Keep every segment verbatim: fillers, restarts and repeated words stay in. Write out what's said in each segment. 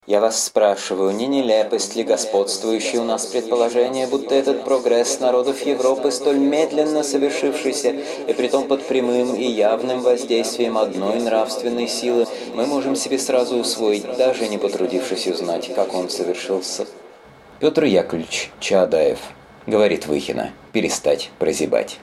Я вас спрашиваю, не нелепость ли господствующее у нас предположение, будто этот прогресс народов Европы, столь медленно совершившийся, и притом под прямым и явным воздействием одной нравственной силы, мы можем себе сразу усвоить, даже не потрудившись узнать, как он совершился? Петр Яковлевич Чаадаев, говорит Выхино, перестать прозябать.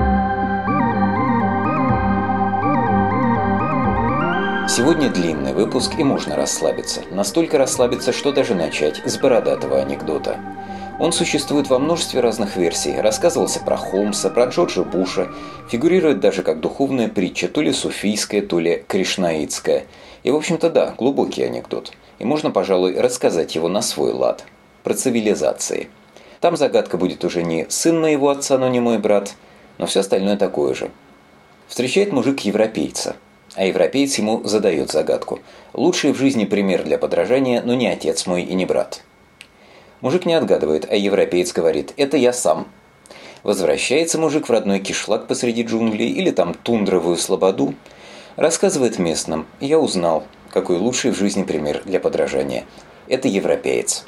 Сегодня длинный выпуск, и можно расслабиться. Настолько расслабиться, что даже начать с бородатого анекдота. Он существует во множестве разных версий. Рассказывался про Холмса, про Джорджа Буша. Фигурирует даже как духовная притча, то ли суфийская, то ли кришнаитская. И, в общем-то, да, глубокий анекдот. И можно, пожалуй, рассказать его на свой лад. Про цивилизации. Там загадка будет уже не сын моего отца, но не мой брат, но все остальное такое же. Встречает мужик европейца. А европеец ему задает загадку. Лучший в жизни пример для подражания, но не отец мой и не брат. Мужик не отгадывает, а европеец говорит: «Это я сам». Возвращается мужик в родной кишлак посреди джунглей или там тундровую слободу. Рассказывает местным: «Я узнал, какой лучший в жизни пример для подражания. Это европеец».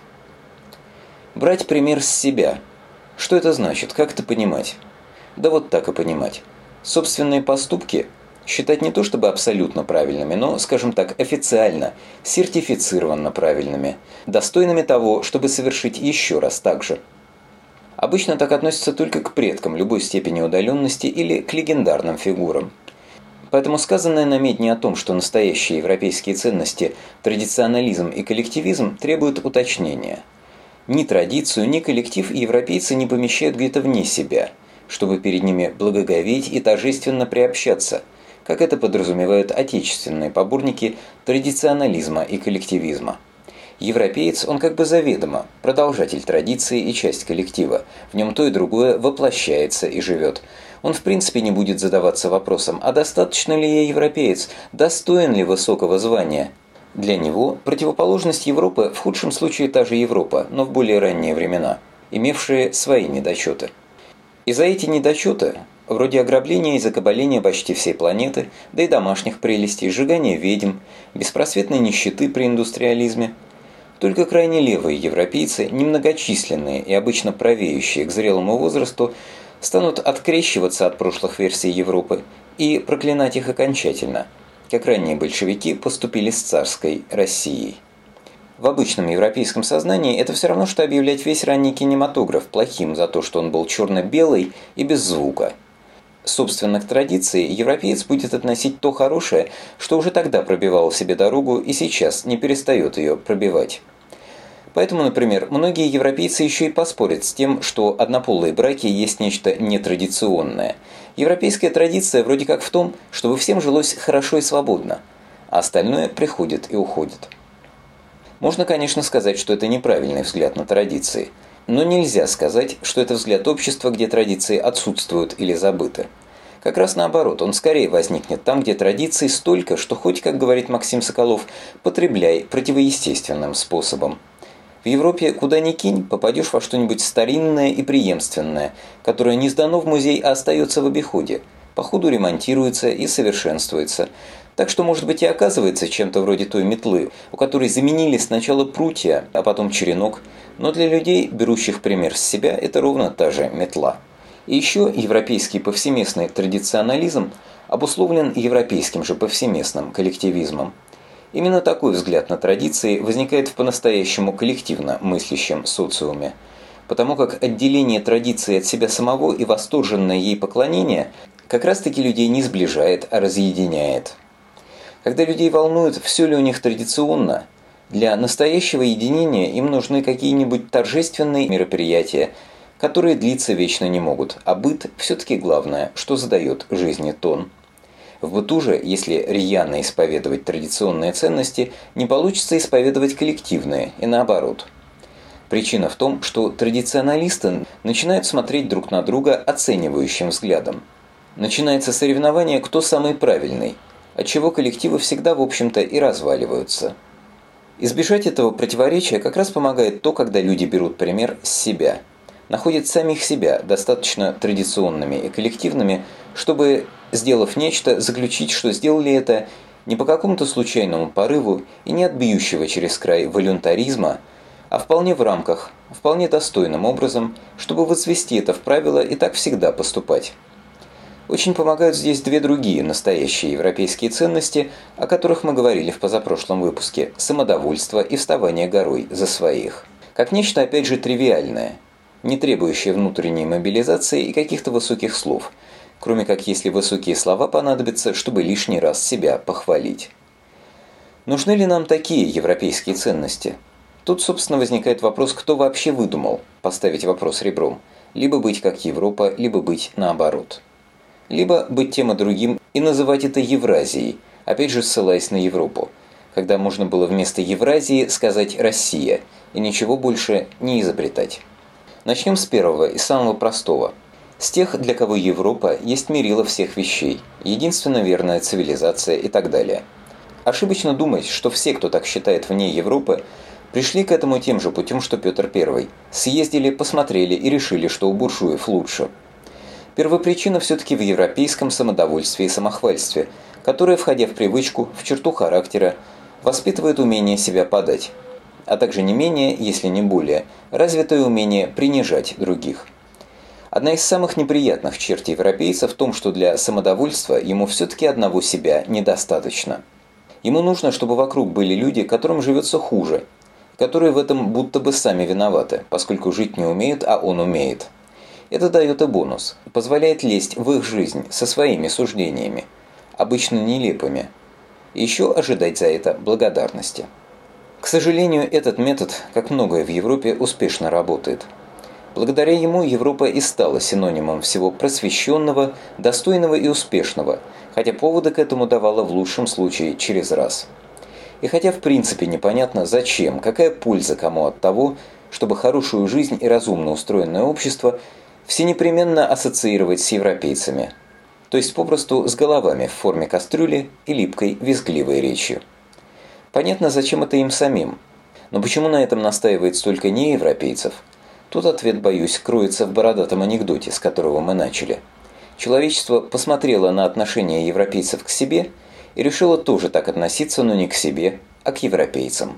Брать пример с себя. Что это значит? Как это понимать? Да вот так и понимать. Собственные поступки считать не то чтобы абсолютно правильными, но, скажем так, официально, сертифицированно правильными, достойными того, чтобы совершить еще раз так же. Обычно так относятся только к предкам любой степени удаленности или к легендарным фигурам. Поэтому сказанное на медне о том, что настоящие европейские ценности, традиционализм и коллективизм требуют уточнения. Ни традицию, ни коллектив европейцы не помещают где-то вне себя, чтобы перед ними благоговеть и торжественно приобщаться, как это подразумевают отечественные поборники традиционализма и коллективизма. Европеец, он как бы заведомо продолжатель традиции и часть коллектива, в нем то и другое воплощается и живет. Он в принципе не будет задаваться вопросом: а достаточно ли я европеец, достоин ли высокого звания? Для него противоположность Европы в худшем случае та же Европа, но в более ранние времена, имевшие свои недочеты. И за эти недочеты, вроде ограбления и закабаления почти всей планеты, да и домашних прелестей, сжигания ведьм, беспросветной нищеты при индустриализме, только крайне левые европейцы, немногочисленные и обычно правеющие к зрелому возрасту, станут открещиваться от прошлых версий Европы и проклинать их окончательно, как ранние большевики поступили с царской Россией. В обычном европейском сознании это все равно, что объявлять весь ранний кинематограф плохим за то, что он был черно-белый и без звука. Собственно, к традиции европеец будет относить то хорошее, что уже тогда пробивало себе дорогу и сейчас не перестает ее пробивать. Поэтому, например, многие европейцы еще и поспорят с тем, что однополые браки есть нечто нетрадиционное. Европейская традиция вроде как в том, чтобы всем жилось хорошо и свободно, а остальное приходит и уходит. Можно, конечно, сказать, что это неправильный взгляд на традиции, но нельзя сказать, что это взгляд общества, где традиции отсутствуют или забыты. Как раз наоборот, он скорее возникнет там, где традиций столько, что хоть, как говорит Максим Соколов, потребляй противоестественным способом. В Европе куда ни кинь, попадешь во что-нибудь старинное и преемственное, которое не сдано в музей, а остается в обиходе, по ходу ремонтируется и совершенствуется. Так что, может быть, и оказывается чем-то вроде той метлы, у которой заменили сначала прутья, а потом черенок, но для людей, берущих пример с себя, это ровно та же метла. И еще европейский повсеместный традиционализм обусловлен европейским же повсеместным коллективизмом. Именно такой взгляд на традиции возникает в по-настоящему коллективно мыслящем социуме, потому как отделение традиции от себя самого и восторженное ей поклонение как раз-таки людей не сближает, а разъединяет. Когда людей волнует, все ли у них традиционно, для настоящего единения им нужны какие-нибудь торжественные мероприятия, которые длиться вечно не могут, а быт все-таки главное, что задает жизни тон. В быту же, если рьяно исповедовать традиционные ценности, не получится исповедовать коллективные, и наоборот. Причина в том, что традиционалисты начинают смотреть друг на друга оценивающим взглядом. Начинается соревнование, кто самый правильный, отчего коллективы всегда, в общем-то, и разваливаются. Избежать этого противоречия как раз помогает то, когда люди берут пример с себя, находят самих себя достаточно традиционными и коллективными, чтобы, сделав нечто, заключить, что сделали это Не по какому-то случайному порыву и не от бьющего через край волюнтаризма, а вполне в рамках, вполне достойным образом, чтобы возвести это в правило и так всегда поступать. Очень помогают здесь две другие настоящие европейские ценности, о которых мы говорили в позапрошлом выпуске – самодовольство и вставание горой за своих. Как нечто, опять же, тривиальное, не требующее внутренней мобилизации и каких-то высоких слов, кроме как если высокие слова понадобятся, чтобы лишний раз себя похвалить. Нужны ли нам такие европейские ценности? Тут, собственно, возникает вопрос, кто вообще выдумал поставить вопрос ребром, либо быть как Европа, либо быть наоборот. Либо быть тем и другим и называть это Евразией, опять же ссылаясь на Европу, когда можно было вместо Евразии сказать «Россия» и ничего больше не изобретать. Начнем с первого и самого простого. С тех, для кого Европа есть мерило всех вещей, единственно верная цивилизация и так далее. Ошибочно думать, что все, кто так считает вне Европы, пришли к этому тем же путем, что Петр Первый. Съездили, посмотрели и решили, что у буржуев лучше. Первопричина все-таки в европейском самодовольстве и самохвальстве, которое, входя в привычку, в черту характера, воспитывает умение себя подать, а также не менее, если не более, развитое умение принижать других. Одна из самых неприятных черт европейца в том, что для самодовольства ему все-таки одного себя недостаточно. Ему нужно, чтобы вокруг были люди, которым живется хуже, которые в этом будто бы сами виноваты, поскольку жить не умеют, а он умеет. Это дает и бонус, позволяет лезть в их жизнь со своими суждениями, обычно нелепыми, и еще ожидать за это благодарности. К сожалению, этот метод, как многое в Европе, успешно работает. Благодаря ему Европа и стала синонимом всего просвещенного, достойного и успешного, хотя поводы к этому давала в лучшем случае через раз. И хотя в принципе непонятно, зачем, какая польза кому от того, чтобы хорошую жизнь и разумно устроенное общество все непременно ассоциировать с европейцами, то есть попросту с головами в форме кастрюли и липкой визгливой речью. Понятно, зачем это им самим, но почему на этом настаивает столько неевропейцев? Тут ответ, боюсь, кроется в бородатом анекдоте, с которого мы начали. Человечество посмотрело на отношение европейцев к себе и решило тоже так относиться, но не к себе, а к европейцам.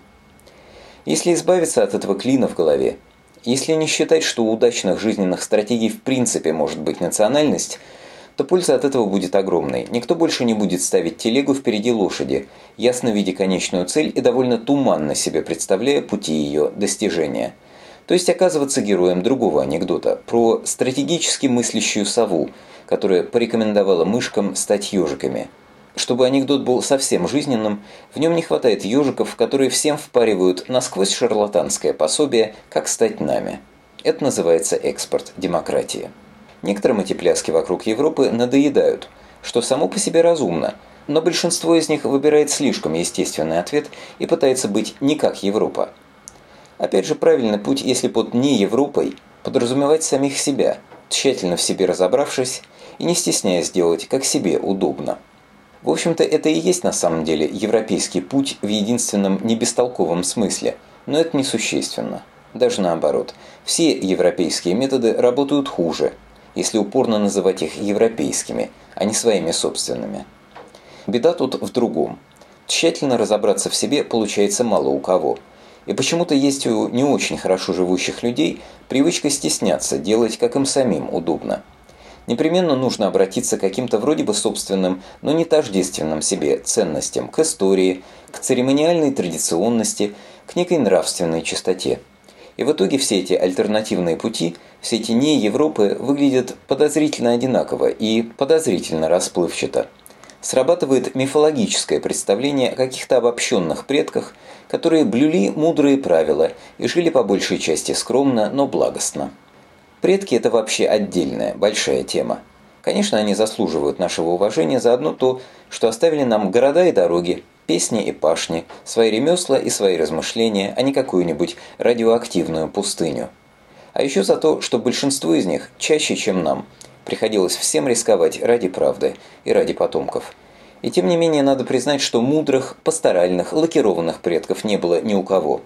Если избавиться от этого клина в голове, если не считать, что у удачных жизненных стратегий в принципе может быть национальность, то польза от этого будет огромной. Никто больше не будет ставить телегу впереди лошади, ясно видя конечную цель и довольно туманно себе представляя пути ее достижения. То есть оказываться героем другого анекдота про стратегически мыслящую сову, которая порекомендовала мышкам стать ежиками. Чтобы анекдот был совсем жизненным, в нем не хватает ежиков, которые всем впаривают насквозь шарлатанское пособие «Как стать нами». Это называется экспорт демократии. Некоторым эти пляски вокруг Европы надоедают, что само по себе разумно, но большинство из них выбирает слишком естественный ответ и пытается быть не как Европа. Опять же, правильный путь, если под «не Европой» подразумевать самих себя, тщательно в себе разобравшись и не стесняясь делать, как себе удобно. В общем-то, это и есть на самом деле европейский путь в единственном небестолковом смысле, но это несущественно. Даже наоборот, все европейские методы работают хуже, если упорно называть их европейскими, а не своими собственными. Беда тут в другом. Тщательно разобраться в себе получается мало у кого. И почему-то есть у не очень хорошо живущих людей привычка стесняться делать, как им самим удобно. Непременно нужно обратиться к каким-то вроде бы собственным, но не тождественным себе ценностям, к истории, к церемониальной традиционности, к некой нравственной чистоте. И в итоге все эти альтернативные пути, все эти не Европы выглядят подозрительно одинаково и подозрительно расплывчато. Срабатывает мифологическое представление о каких-то обобщенных предках, которые блюли мудрые правила и жили по большей части скромно, но благостно. Предки – это вообще отдельная, большая тема. Конечно, они заслуживают нашего уважения за одно то, что оставили нам города и дороги, песни и пашни, свои ремесла и свои размышления, а не какую-нибудь радиоактивную пустыню. А еще за то, что большинству из них, чаще, чем нам, приходилось всем рисковать ради правды и ради потомков. И тем не менее надо признать, что мудрых, пасторальных, лакированных предков не было ни у кого.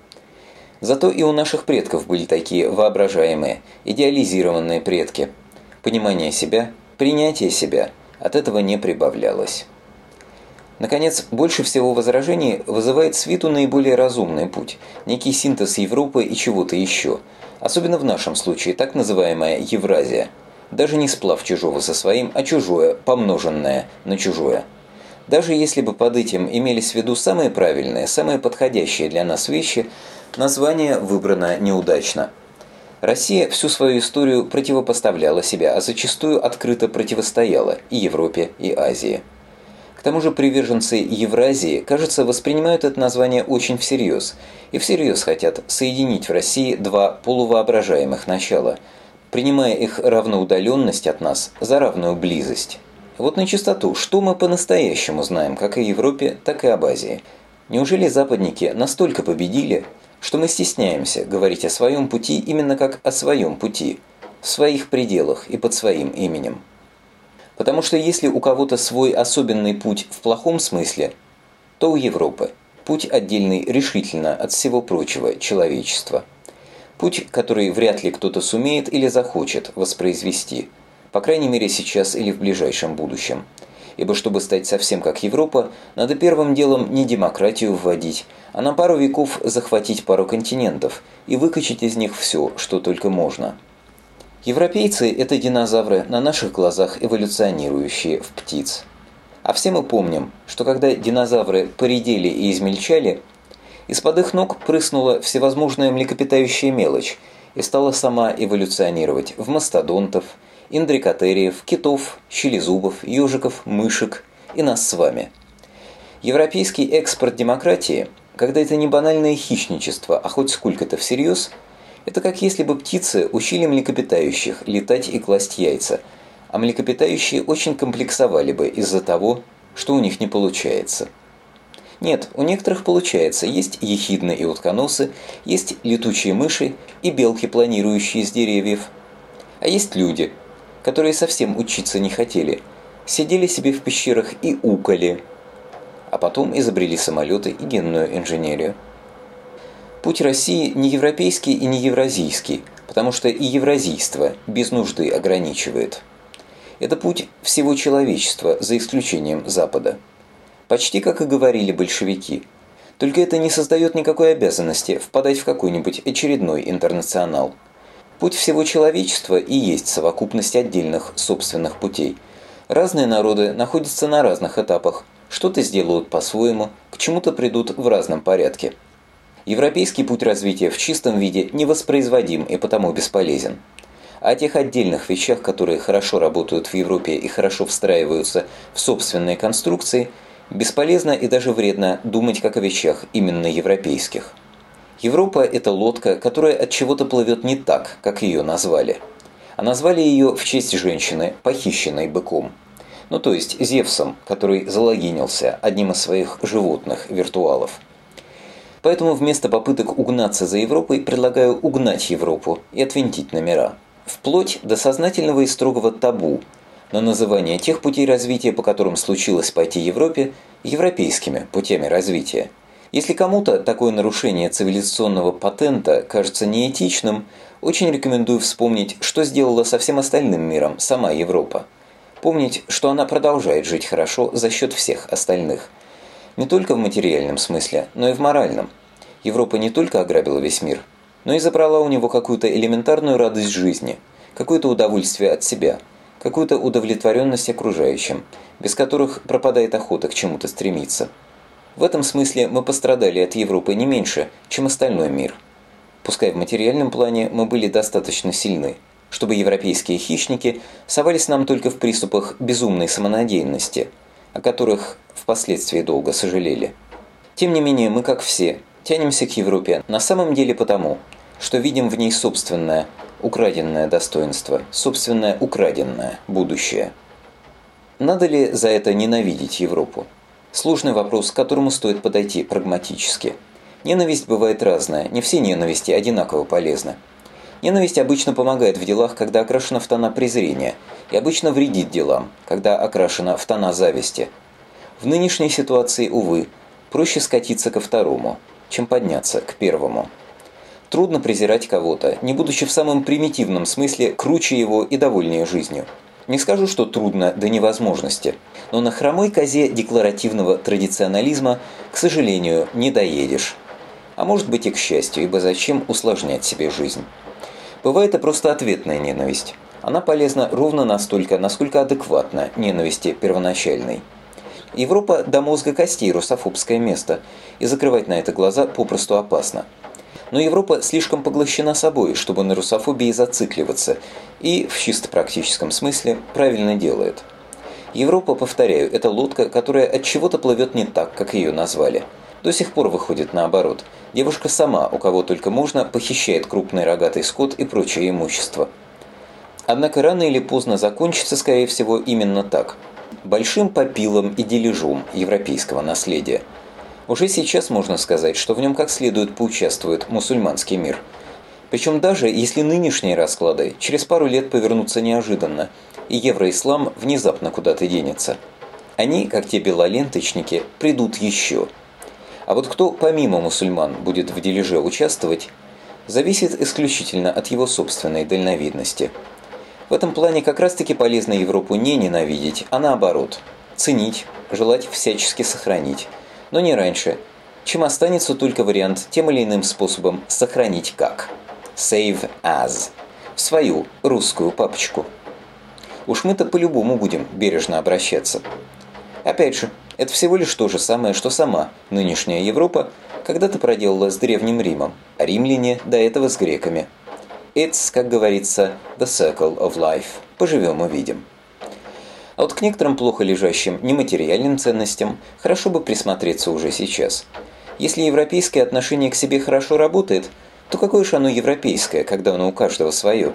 Зато и у наших предков были такие воображаемые, идеализированные предки. Понимание себя, принятие себя от этого не прибавлялось. Наконец, больше всего возражений вызывает с виду наиболее разумный путь, некий синтез Европы и чего-то еще, особенно в нашем случае так называемая Евразия, даже не сплав чужого со своим, а чужое, помноженное на чужое. Даже если бы под этим имелись в виду самые правильные, самые подходящие для нас вещи, название выбрано неудачно. Россия всю свою историю противопоставляла себя, а зачастую открыто противостояла и Европе, и Азии. К тому же приверженцы Евразии, кажется, воспринимают это название очень всерьез, и всерьез хотят соединить в России два полувоображаемых начала, принимая их равноудаленность от нас за равную близость. Вот на чистоту, что мы по-настоящему знаем как о Европе, так и об Азии? Неужели западники настолько победили, что мы стесняемся говорить о своем пути именно как о своем пути, в своих пределах и под своим именем? Потому что если у кого-то свой особенный путь в плохом смысле, то у Европы путь отдельный решительно от всего прочего человечества. Путь, который вряд ли кто-то сумеет или захочет воспроизвести, по крайней мере сейчас или в ближайшем будущем. Ибо чтобы стать совсем как Европа, надо первым делом не демократию вводить, а на пару веков захватить пару континентов и выкачать из них все, что только можно. Европейцы – это динозавры, на наших глазах эволюционирующие в птиц. А все мы помним, что когда динозавры поредели и измельчали, из-под их ног прыснула всевозможная млекопитающая мелочь и стала сама эволюционировать в мастодонтов, индрикотериев, китов, щелезубов, ежиков, мышек и нас с вами. Европейский экспорт демократии, когда это не банальное хищничество, а хоть сколько-то всерьез, это как если бы птицы учили млекопитающих летать и класть яйца, а млекопитающие очень комплексовали бы из-за того, что у них не получается. Нет, у некоторых получается, есть ехидны и утконосы, есть летучие мыши и белки, планирующие с деревьев. А есть люди, которые совсем учиться не хотели, сидели себе в пещерах и укали, а потом изобрели самолеты и генную инженерию. Путь России не европейский и не евразийский, потому что и евразийство без нужды ограничивает. Это путь всего человечества, за исключением Запада. Почти как и говорили большевики. Только это не создает никакой обязанности впадать в какой-нибудь очередной интернационал. Путь всего человечества и есть совокупность отдельных собственных путей. Разные народы находятся на разных этапах, что-то сделают по-своему, к чему-то придут в разном порядке. Европейский путь развития в чистом виде невоспроизводим и потому бесполезен. А о тех отдельных вещах, которые хорошо работают в Европе и хорошо встраиваются в собственные конструкции, бесполезно и даже вредно думать как о вещах именно европейских. Европа – это лодка, которая от чего-то плывет не так, как ее назвали. А назвали ее в честь женщины, похищенной быком. Ну то есть Зевсом, который залогинился, одним из своих животных виртуалов. Поэтому вместо попыток угнаться за Европой предлагаю угнать Европу и отвинтить номера. Вплоть до сознательного и строгого табу на называние тех путей развития, по которым случилось пойти Европе, европейскими путями развития. Если кому-то такое нарушение цивилизационного патента кажется неэтичным, очень рекомендую вспомнить, что сделала со всем остальным миром сама Европа. Помнить, что она продолжает жить хорошо за счет всех остальных. Не только в материальном смысле, но и в моральном. Европа не только ограбила весь мир, но и забрала у него какую-то элементарную радость жизни, какое-то удовольствие от себя, какую-то удовлетворенность окружающим, без которых пропадает охота к чему-то стремиться. В этом смысле мы пострадали от Европы не меньше, чем остальной мир. Пускай в материальном плане мы были достаточно сильны, чтобы европейские хищники совались нам только в приступах безумной самонадеянности, о которых впоследствии долго сожалели. Тем не менее, мы, как все, тянемся к Европе на самом деле потому, что видим в ней собственное, украденное достоинство, собственное украденное будущее. Надо ли за это ненавидеть Европу? Сложный вопрос, к которому стоит подойти прагматически. Ненависть бывает разная, не все ненависти одинаково полезны. Ненависть обычно помогает в делах, когда окрашена в тона презрения, и обычно вредит делам, когда окрашена в тона зависти. В нынешней ситуации, увы, проще скатиться ко второму, чем подняться к первому. Трудно презирать кого-то, не будучи в самом примитивном смысле круче его и довольнее жизнью. Не скажу, что трудно до невозможности, но на хромой козе декларативного традиционализма, к сожалению, не доедешь. А может быть и к счастью, ибо зачем усложнять себе жизнь? Бывает и просто ответная ненависть. Она полезна ровно настолько, насколько адекватна ненависти первоначальной. Европа до мозга костей русофобское место, и закрывать на это глаза попросту опасно. Но Европа слишком поглощена собой, чтобы на русофобии зацикливаться, и, в чисто практическом смысле, правильно делает. Европа, повторяю, это лодка, которая от чего-то плывет не так, как ее назвали. До сих пор выходит наоборот. Девушка сама, у кого только можно, похищает крупный рогатый скот и прочее имущество. Однако рано или поздно закончится, скорее всего, именно так. Большим попилом и дележом европейского наследия. Уже сейчас можно сказать, что в нем как следует поучаствует мусульманский мир. Причем даже если нынешние расклады через пару лет повернутся неожиданно, и евроислам внезапно куда-то денется. Они, как те белоленточники, придут еще. А вот кто помимо мусульман будет в дележе участвовать, зависит исключительно от его собственной дальновидности. В этом плане как раз-таки полезно Европу не ненавидеть, а наоборот, ценить, желать всячески сохранить. Но не раньше, чем останется только вариант тем или иным способом сохранить как. Save as. В свою русскую папочку. Уж мы-то по-любому будем бережно обращаться. Опять же, это всего лишь то же самое, что сама нынешняя Европа когда-то проделала с Древним Римом, а римляне до этого с греками. It's, как говорится, the circle of life. Поживем увидим. А вот к некоторым плохо лежащим нематериальным ценностям хорошо бы присмотреться уже сейчас. Если европейское отношение к себе хорошо работает, то какое же оно европейское, когда оно у каждого свое?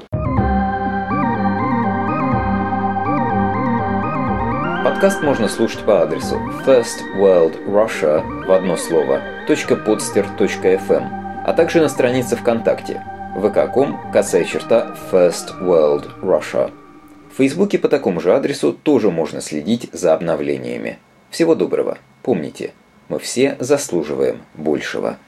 Подкаст можно слушать по адресу first world russia в одно слово .podster точка эф эм, а также на странице ВКонтакте вэ ка точка ком косая черта first world russia. В Фейсбуке по такому же адресу тоже можно следить за обновлениями. Всего доброго. Помните, мы все заслуживаем большего.